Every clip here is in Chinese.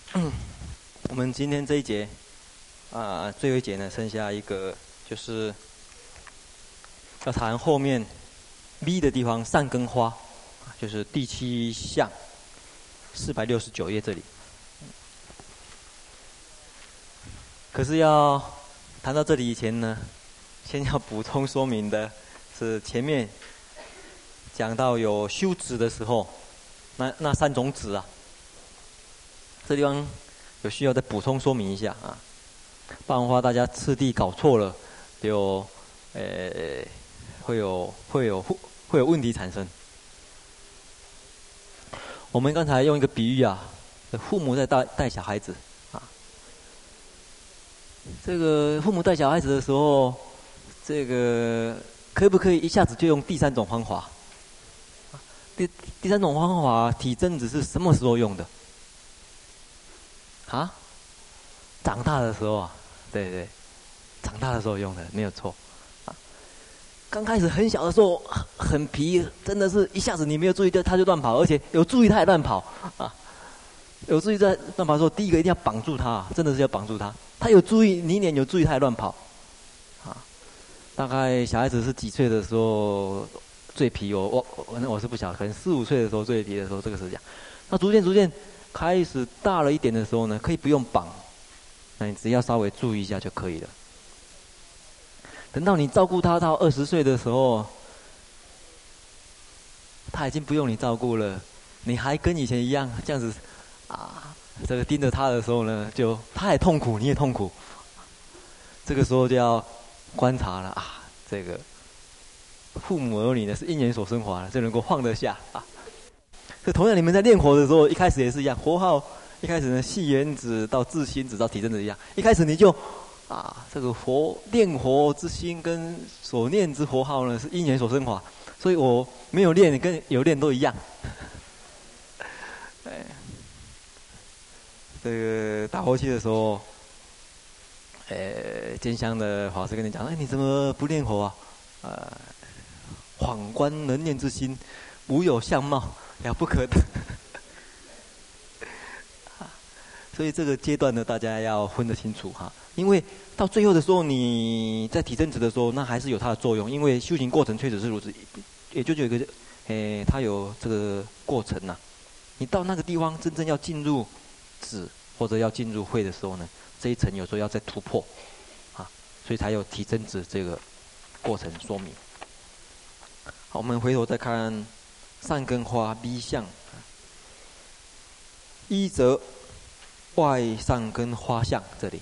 我们今天这一节最后一节呢，剩下一个就是要谈后面 B 的地方善根花，就是第7项469页这里。可是要谈到这里以前呢，先要补充说明的是前面讲到有修止的时候，那3种止啊，这地方有需要再补充说明一下啊，不然的话大家次第搞错了，就会有问题产生。我们刚才用一个比喻啊，父母在带小孩子啊，这个父母带小孩子的时候，这个可不可以一下子就用第3种方法？第3种方法，体真子是什么时候用的？啊？长大的时候啊，对，长大的时候用的没有错。刚开始很小的时候很皮，真的是一下子你没有注意到他就乱跑，而且有注意他也乱跑啊。有注意在乱跑的时候，第一个一定要绑住他，真的是要绑住他。他有注意，你一点有注意他也乱跑啊。大概小孩子是几岁的时候最皮？我是不晓得，可能4、5岁的时候最皮的时候，这个是这样。那逐渐开始大了一点的时候呢，可以不用绑，那你只要稍微注意一下就可以了。等到你照顾他到20岁的时候，他已经不用你照顾了，你还跟以前一样这样子啊，这个盯着他的时候呢，就他也痛苦，你也痛苦。这个时候就要观察了啊，这个父母儿女呢是因缘所生华了，就能够放得下啊。这同样你们在练火的时候，一开始也是一样，火号一开始呢细原子到自心子到体真子一样，一开始你就这个练火之心跟所念之佛号呢是因缘所生华，所以我没有练跟有练都一样。这个打火机的时候，坚香的法师跟你讲，你怎么不练火啊？恍观能念之心，无有相貌，了不可得。所以这个阶段呢，大家要分得清楚哈，因为到最后的时候，你在体真子的时候，那还是有它的作用，因为修行过程确实是如此，也就有一个，它有这个过程呐。你到那个地方真正要进入止或者要进入会的时候呢，这一层有时候要再突破，所以才有体真子这个过程说明。好，我们回头再看善根花 B 项，一则外善根花相这里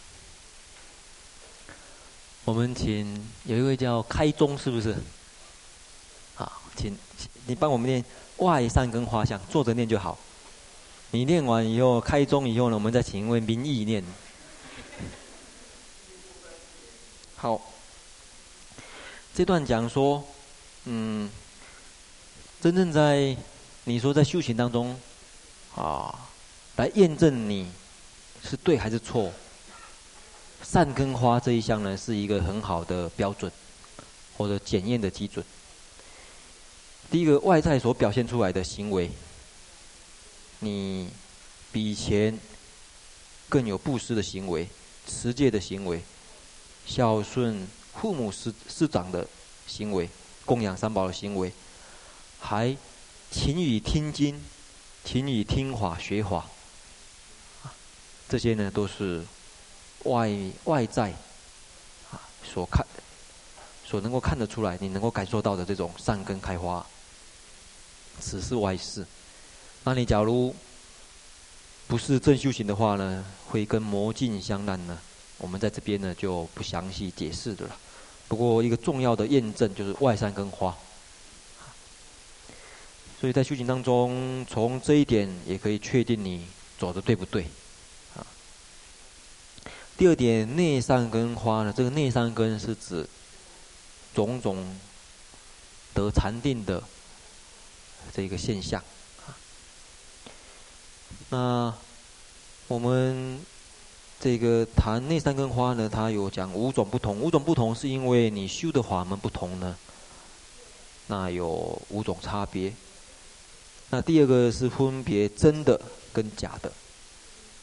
我们请有一位叫开宗，是不是？请你帮我们念外善根花相，坐着念就好。你念完以后，开宗以后呢，我们再请一位名义念。好，这段讲说，真正在你说在修行当中来验证你是对还是错，善根花这一项呢，是一个很好的标准或者检验的基准。第一个，外在所表现出来的行为，你比以前更有布施的行为、持戒的行为、孝顺父母师长的行为、供养三宝的行为，还勤于听经、勤于听法学法，这些呢都是外在所能够看得出来，你能够感受到的这种善根开花，此是外事。那你假如不是正修行的话呢，会跟魔镜相难呢。我们在这边呢就不详细解释的了。不过一个重要的验证就是外善根花。所以在修行当中，从这一点也可以确定你走的对不对。第二点，内善根花呢，这个内善根是指种种得禅定的这个现象。那我们这个谈内善根花呢，它有讲5种不同，5种不同是因为你修的法门不同呢，那有5种差别。那第二个是分别真的跟假的。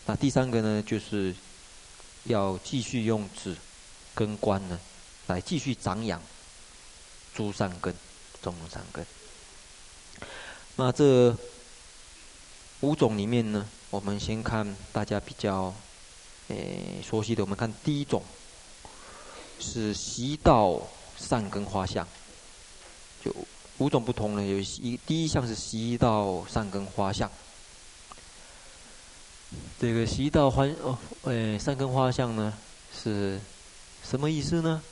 那第三个呢，就是要继续用止跟观呢，来继续长养诸善根、种种善根。那这5种里面呢，我们先看大家比较熟悉的，我们看第一种是习道善根花相，就5种不同呢，第一项是习道善根花相。这个习道善根花相呢是什么意思呢？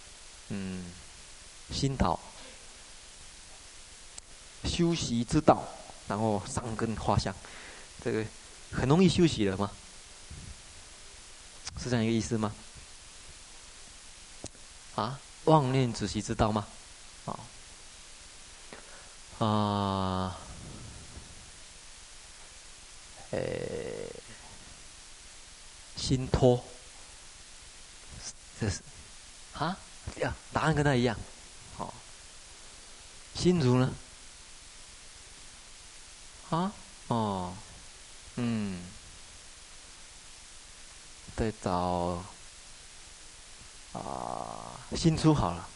心导修习之道，然后善根花相，这个很容易修习了吗？是这样一个意思吗？啊，妄念止息之道吗？心托，这是答案跟他一样。心如呢？再找新出好了。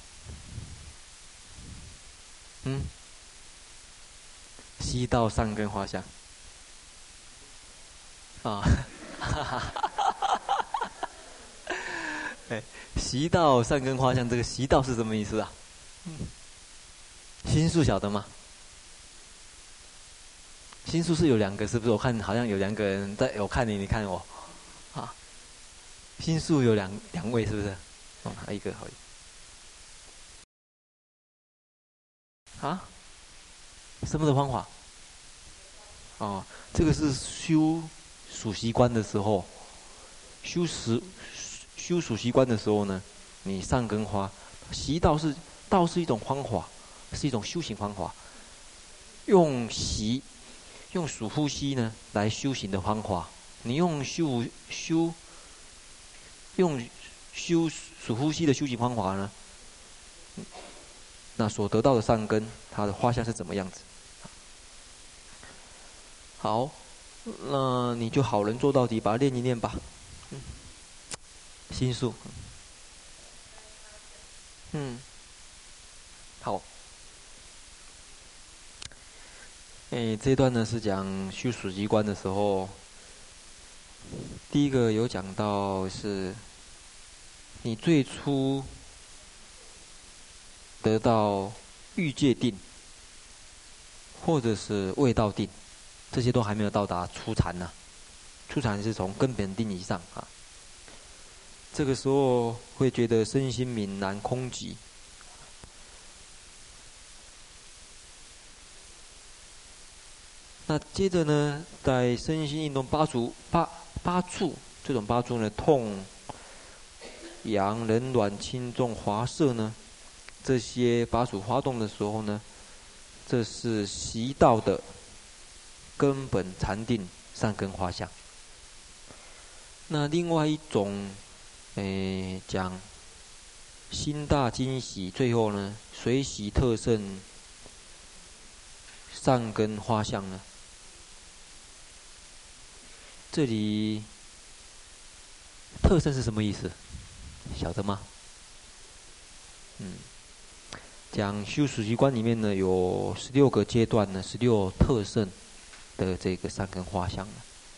习道善根花相。习道善根花相，这个习道是什么意思啊？心术晓得吗？心术是有2个，是不是？我看好像有2个人在，我看你，你看我，心术有两位，是不是？一个好。什么的方法？这个是修属习观的时候，修属习观的时候呢，你善根花，习道是一种方法，是一种修行方法，用数呼吸呢来修行的方法。你用修数呼吸的修行方法呢，那所得到的善根，它的花相是怎么样子？好，那你就好人做到底，把它练一练吧。心术。好。这一段呢是讲修属习观的时候，第一个有讲到是，你最初得到欲界定，或者是味道定，这些都还没有到达初禅呢。初禅是从根本定以上啊。这个时候会觉得身心泯然空寂。那接着呢，在身心运动八处，这种八处呢，痛、痒、冷、暖、轻重、滑涩呢，这些八处发动的时候呢，这是习道的根本禅定善根花相。那另外一种，讲心大惊喜，最后呢，随喜特胜善根花相呢，这里特胜是什么意思？晓得吗？讲修属习观里面呢，有16个阶段呢，16特胜的这个善根花相。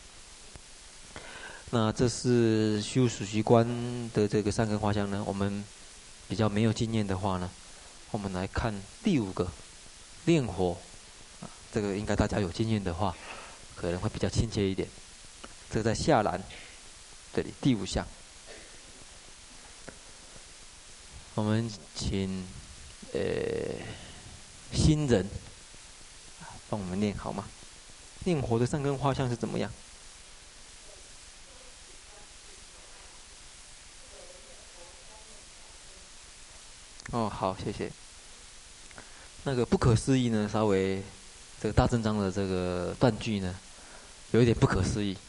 那这是修属习观的这个善根花相呢，我们比较没有经验的话呢，我们来看第5个炼火。这个应该大家有经验的话，可能会比较亲切一点。这个在下栏这里第5项，我们请新人帮我们念好吗？炼火的善根花相是怎么样？好，谢谢。那个不可思议呢，稍微这个大正章的这个断句呢，有一点不可思议。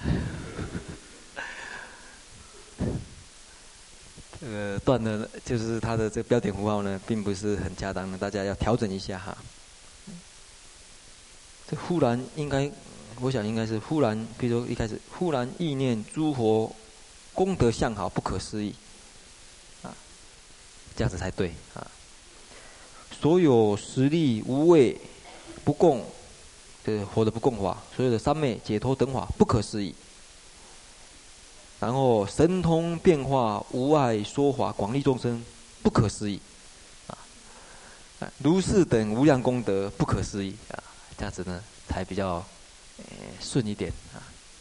这个断的，就是它的这个标点符号呢，并不是很恰当的，大家要调整一下哈。这忽然应该我想应该是忽然，比如说一开始忽然意念诸佛功德相好，不可思议啊，这样子才对啊。所有实力无畏不共，佛的不共法，所有的三昧解脱等法不可思议。然后神通变化无碍说法广利众生不可思议啊，如是等无量功德不可思议啊，这样子呢才比较顺一点啊。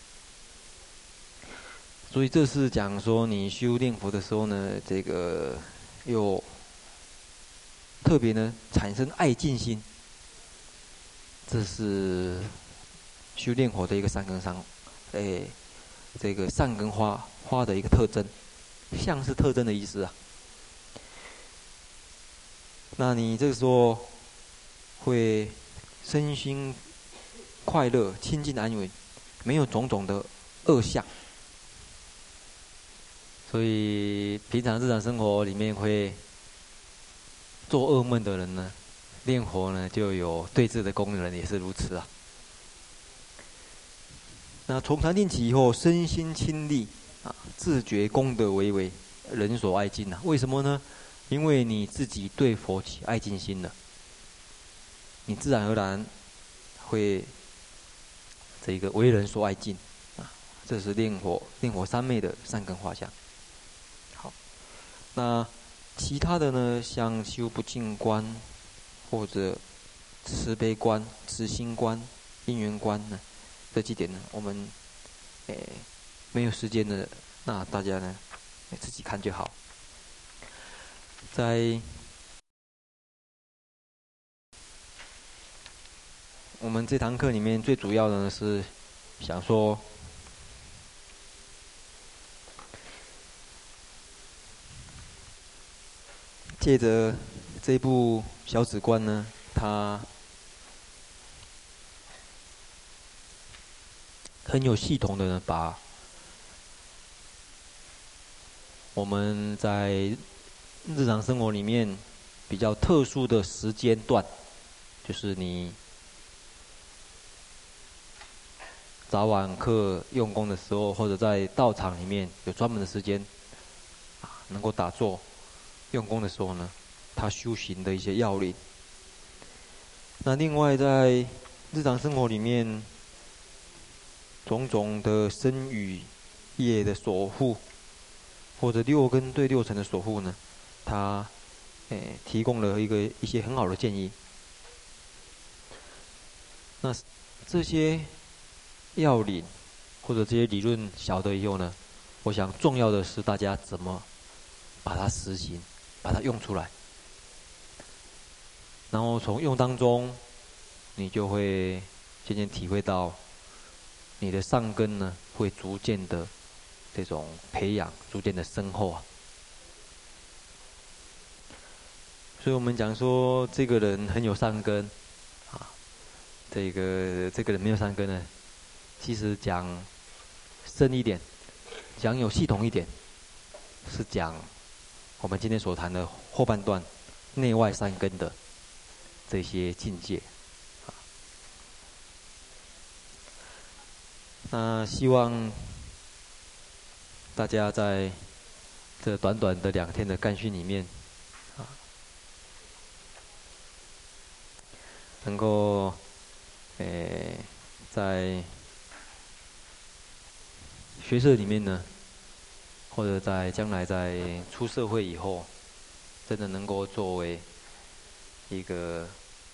所以这是讲说你修念佛的时候呢，这个有特别呢产生爱敬心，这是修炼佛的一个善根上，这个善根花的一个特征，相是特征的意思啊。那你这个时候会身心快乐、清净安稳，没有种种的恶相。所以平常日常生活里面会做噩梦的人呢，念佛呢就有对治的功能，也是如此啊。那从禅定起以后，身心清利啊，自觉功德为人所爱敬啊。为什么呢？因为你自己对佛起爱敬心了，你自然而然会这个为人所爱敬啊。这是念佛三昧的善根画像。好，那其他的呢，像修不净观，或者慈悲观、慈心观、因缘观呢？这几点呢，我们没有时间的，那大家呢自己看就好。在我们这堂课里面，最主要的呢是想说，借着这部小止观呢，它很有系统的呢，把我们在日常生活里面比较特殊的时间段，就是你早晚课用功的时候，或者在道场里面有专门的时间能够打坐用功的时候呢，他修行的一些要领。那另外在日常生活里面，种种的身语业的守护，或者六根对六尘的守护呢，他提供了一些很好的建议。那这些要领或者这些理论晓得以后呢，我想重要的是大家怎么把它实行，把它用出来。然后从用当中，你就会渐渐体会到，你的善根呢会逐渐的这种培养，逐渐的深厚啊。所以我们讲说这个人很有善根啊，这个人没有善根呢，其实讲深一点，讲有系统一点，是讲我们今天所谈的后半段内外善根的这些境界。那希望大家在这短短的2天的干训里面，能够在学社里面呢，或者在将来在出社会以后，真的能够作为一个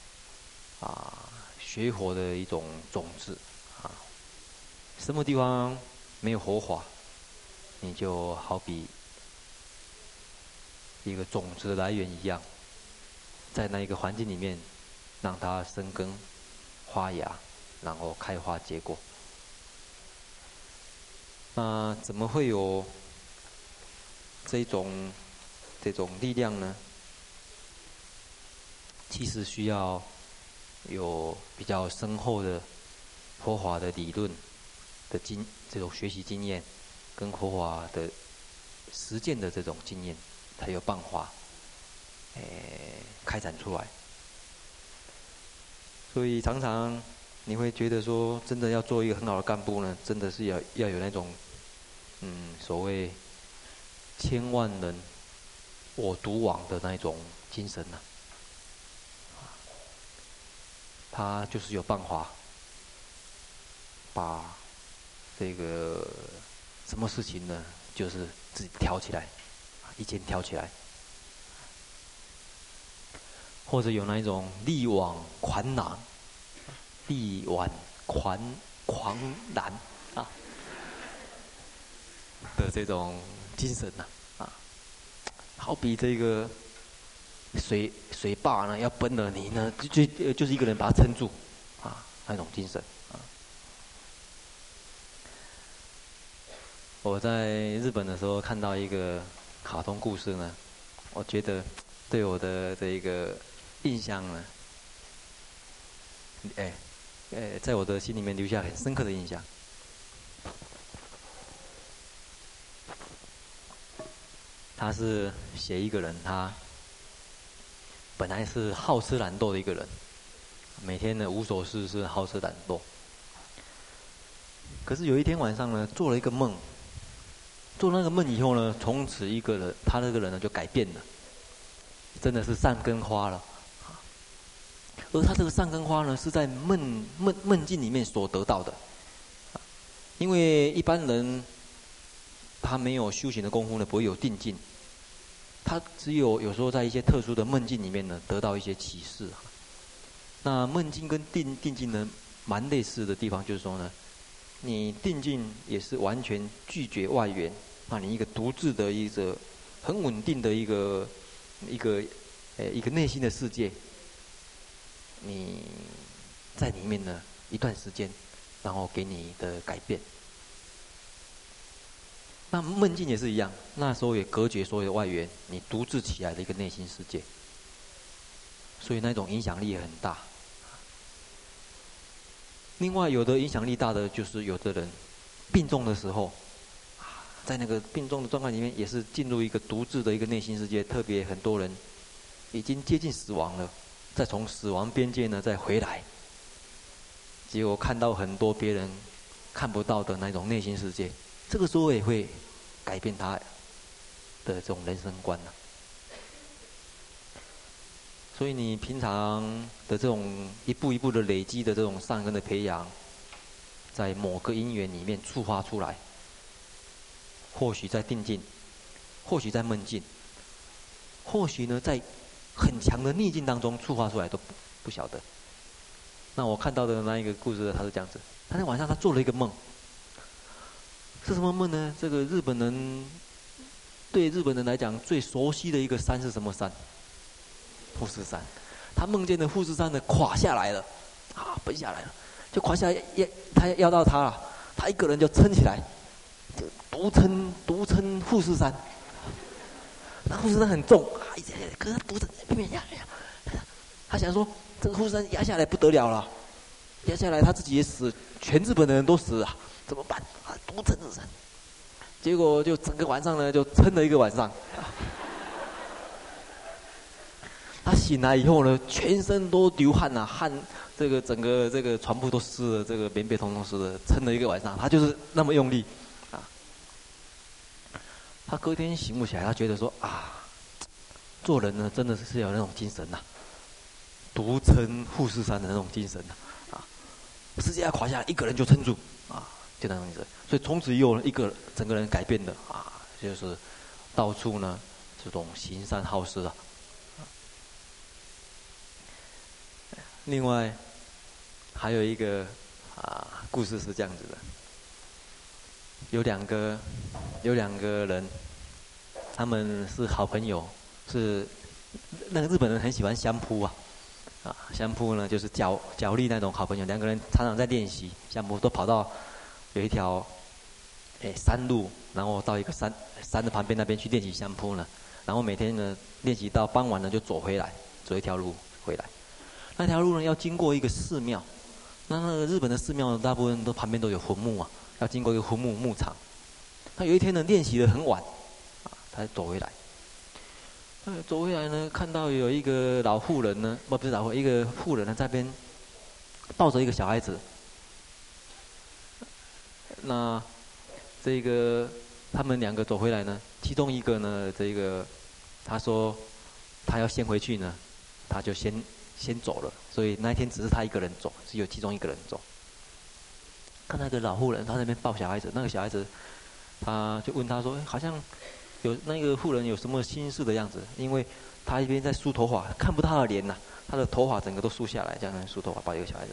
学佛的一种种子啊。什么地方没有佛法，你就好比一个种子的来源一样，在那一个环境里面，让它生根、发芽，然后开花结果。那怎么会有这种力量呢？其实需要有比较深厚的佛法的理论的这种学习经验，跟佛法的实践的这种经验，才有办法开展出来。所以常常你会觉得说，真的要做一个很好的干部呢，真的是要有那种，所谓千万人我独往的那种精神呐、他就是有办法把这个什么事情呢，就是自己挑起来，一肩挑起来，或者有那一种力挽狂澜、力挽狂澜啊的这种精神呐、好比这个水坝呢要崩了，你呢就是一个人把它撑住，那种精神啊。我在日本的时候看到一个卡通故事呢，我觉得对我的这个印象呢，在我的心里面留下很深刻的印象。他是写一个人，他本来是好吃懒惰的一个人，每天呢无所事事，好吃懒惰。可是有一天晚上呢，做了一个梦，做那个梦以后呢，从此一个人，他那个人呢就改变了，真的是善根花了。而他这个善根花呢，是在梦境里面所得到的，因为一般人他没有修行的功夫呢，不会有定境。他只有时候在一些特殊的梦境里面呢，得到一些启示。那梦境跟定境呢，蛮类似的地方就是说呢，你定境也是完全拒绝外缘，你一个独自的一个很稳定的一个内心的世界，你在里面呢一段时间，然后给你的改变。那梦境也是一样，那时候也隔绝所有的外缘，你独自起来的一个内心世界，所以那种影响力很大。另外，有的影响力大的就是有的人病重的时候，在那个病重的状况里面，也是进入一个独自的一个内心世界。特别很多人已经接近死亡了，再从死亡边界呢再回来，结果看到很多别人看不到的那种内心世界。这个时候也会改变他的这种人生观呢。所以你平常的这种一步一步的累积的这种善根的培养，在某个因缘里面触发出来，或许在定境，或许在梦境，或许呢在很强的逆境当中触发出来，都不晓得。那我看到的那一个故事，他是这样子：他在晚上他做了一个梦。是什么梦呢？这个日本人对日本人来讲最熟悉的一个山是什么山？富士山。他梦见的富士山呢垮下来了，崩下来了，就垮下来，他要到他了，他一个人就撑起来，就独撑富士山。那富士山很重，可是他独撑，他想说这个富士山压下来不得了了，压下来他自己也死，全日本的人都死啊。怎么办？独撑着山，结果就整个晚上呢，就撑了一个晚上。他醒来以后呢，全身都流汗啊，这个整个这个船铺都湿了，这个棉被通通湿了，撑了一个晚上，他就是那么用力啊。他隔天醒不起来，他觉得说做人呢真的是有那种精神呐，独撑富士山的那种精神呐，世界要垮下来，一个人就撑住就那种意思。所以从此以后呢，整个人改变了就是到处呢这种行善好施啊。另外还有一个故事是这样子的：有两个人，他们是好朋友，是那个日本人很喜欢相扑相扑呢就是角力那种好朋友，两个人常常在练习相扑，都跑到有一条山路，然后到一个山的旁边那边去练习相扑呢，然后每天呢练习到傍晚呢就走回来，走一条路回来。那条路呢要经过一个寺庙，那个日本的寺庙大部分都旁边都有坟墓要经过一个坟墓场。他有一天呢练习得很晚他走回来，走回来呢看到有一个老妇人呢，不是老妇，一个妇人呢在那边抱着一个小孩子。那这个他们2个走回来呢，其中一个呢，这个他说他要先回去呢，他就先走了，所以那一天只是他一个人走，只有其中一个人走。看那个老妇人，她那边抱小孩子，那个小孩子，他就问他说：“好像有那个妇人有什么心事的样子？”因为他一边在梳头发，看不到他的脸呐，他的头发整个都梳下来，这样梳头发抱一个小孩子。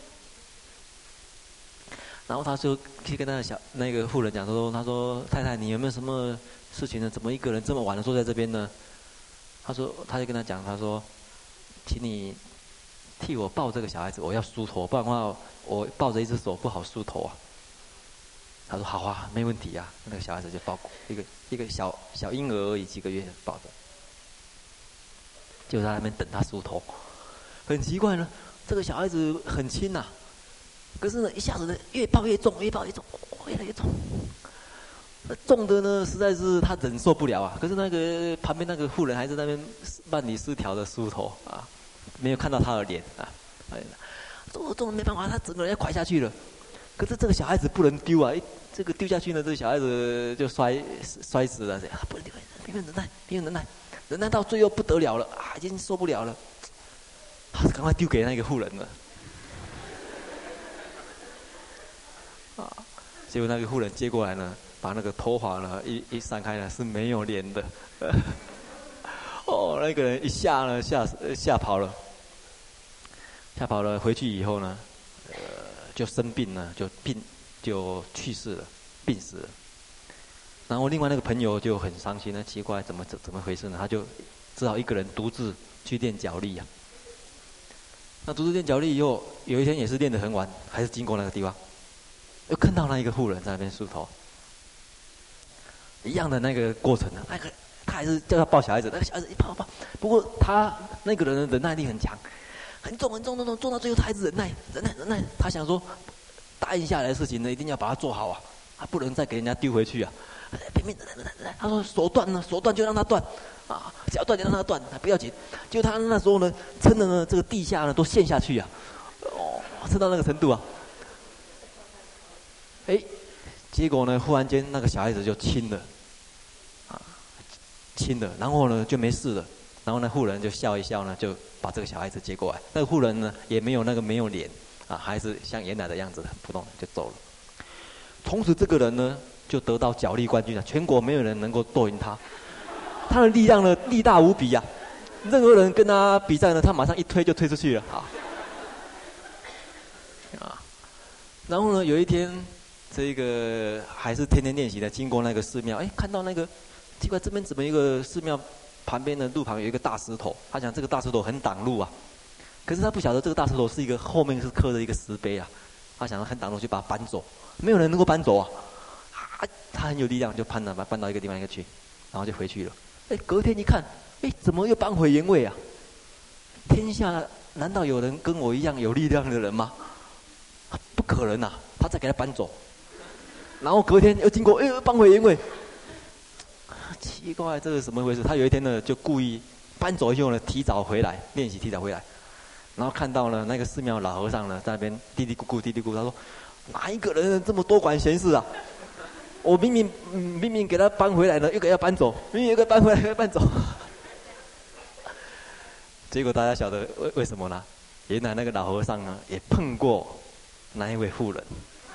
然后他就去跟那个妇人讲说：“他说太太，你有没有什么事情呢？怎么一个人这么晚了坐在这边呢？”他就跟他讲，他说：“请你替我抱这个小孩子，我要梳头，不然的话我抱着一只手不好梳头啊。”他说：“好啊，没问题啊。”那个小孩子就抱一个小婴儿而已，几个月抱着，就在那边等他梳头。很奇怪呢，这个小孩子很轻呐，可是呢，一下子呢越抱越重，越抱越重，越来越重。重的呢，实在是他忍受不了啊。可是那个旁边那个妇人还在那边慢里失调的梳头啊，没有看到他的脸啊。重的没办法，他整个人要垮下去了。可是这个小孩子不能丢啊！这个丢下去呢，这个小孩子就摔死了。不能丢，拼命忍耐，拼命忍耐，忍耐到最后不得了了啊，已经受不了了，赶快丢给那个妇人了。啊，结果那个妇人接过来呢，把那个头发呢一散开呢，是没有脸的。哦，那个人一下呢吓跑了，回去以后呢，就生病了，就去世了，病死了。然后另外那个朋友就很伤心，奇怪怎么回事呢？他就只好一个人独自去练脚力啊。那独自练脚力以后，有一天也是练得很晚，还是经过那个地方，又看到那一个妇人在那边梳头，一样的那个过程呢。那个他还是叫他抱小孩子，那个小孩子一抱，不过他那个人的忍耐力很强。很重，重到最后他还是忍耐。他想说，答应下来的事情呢，一定要把它做好啊，他不能再给人家丢回去啊。拼命忍。他说手断就让他断啊，脚断就让他断，不要紧。就他那时候呢，撑的呢，这个地下呢都陷下去啊，撑到那个程度啊。结果呢，忽然间那个小孩子就轻了，然后呢就没事了。然后呢，妇人就笑一笑呢，就把这个小孩子接过来。那个妇人呢，也没有脸啊，还是像原来的样子，很普通，就走了。从此这个人呢，就得到脚力冠军了，全国没有人能够斗赢他。他的力量呢，力大无比啊！任何人跟他比赛呢，他马上一推就推出去了啊。然后呢，有一天，这个还是天天练习的，经过那个寺庙，看到那个奇怪，这边怎么一个寺庙？旁边的路旁有一个大石头，他讲这个大石头很挡路啊，可是他不晓得这个大石头是一个后面是刻着一个石碑啊，他想很挡路，就把它搬走，没有人能够搬走啊，他很有力量，就搬到一个地方去，然后就回去了。隔天一看，怎么又搬回原位啊？天下难道有人跟我一样有力量的人吗？不可能啊！他再给他搬走，然后隔天又经过，又搬回原位。奇怪，这是什么回事？他有一天呢，就故意搬走以后呢，提早回来练习，然后看到了那个寺庙老和尚呢，在那边嘀嘀咕咕，他说：“哪一个人这么多管闲事啊？我明明给他搬回来了，又给他搬走，明明又给他搬回来，又搬走。”结果大家晓得为什么呢？原来那个老和尚呢，也碰过那一位妇人。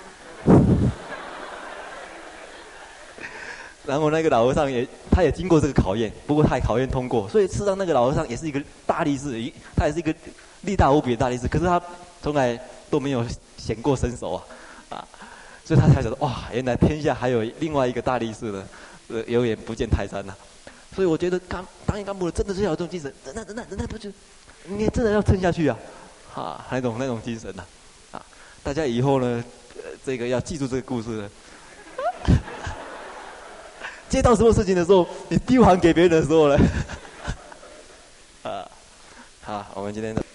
然后那个老和尚他也经过这个考验，不过他也考验通过，所以事实上那个老和尚也是一个大力士，他也是一个力大无比的大力士，可是他从来都没有显过身手啊，所以他才觉得哇，原来天下还有另外一个大力士呢，有眼不见泰山呐。所以我觉得当一干部的真的是要有这种精神，忍耐不就，你真的要撑下去啊，那种精神呐，大家以后呢，这个要记住这个故事呢。接到什么事情的时候，你丢还给别人的时候呢？好，我们今天的。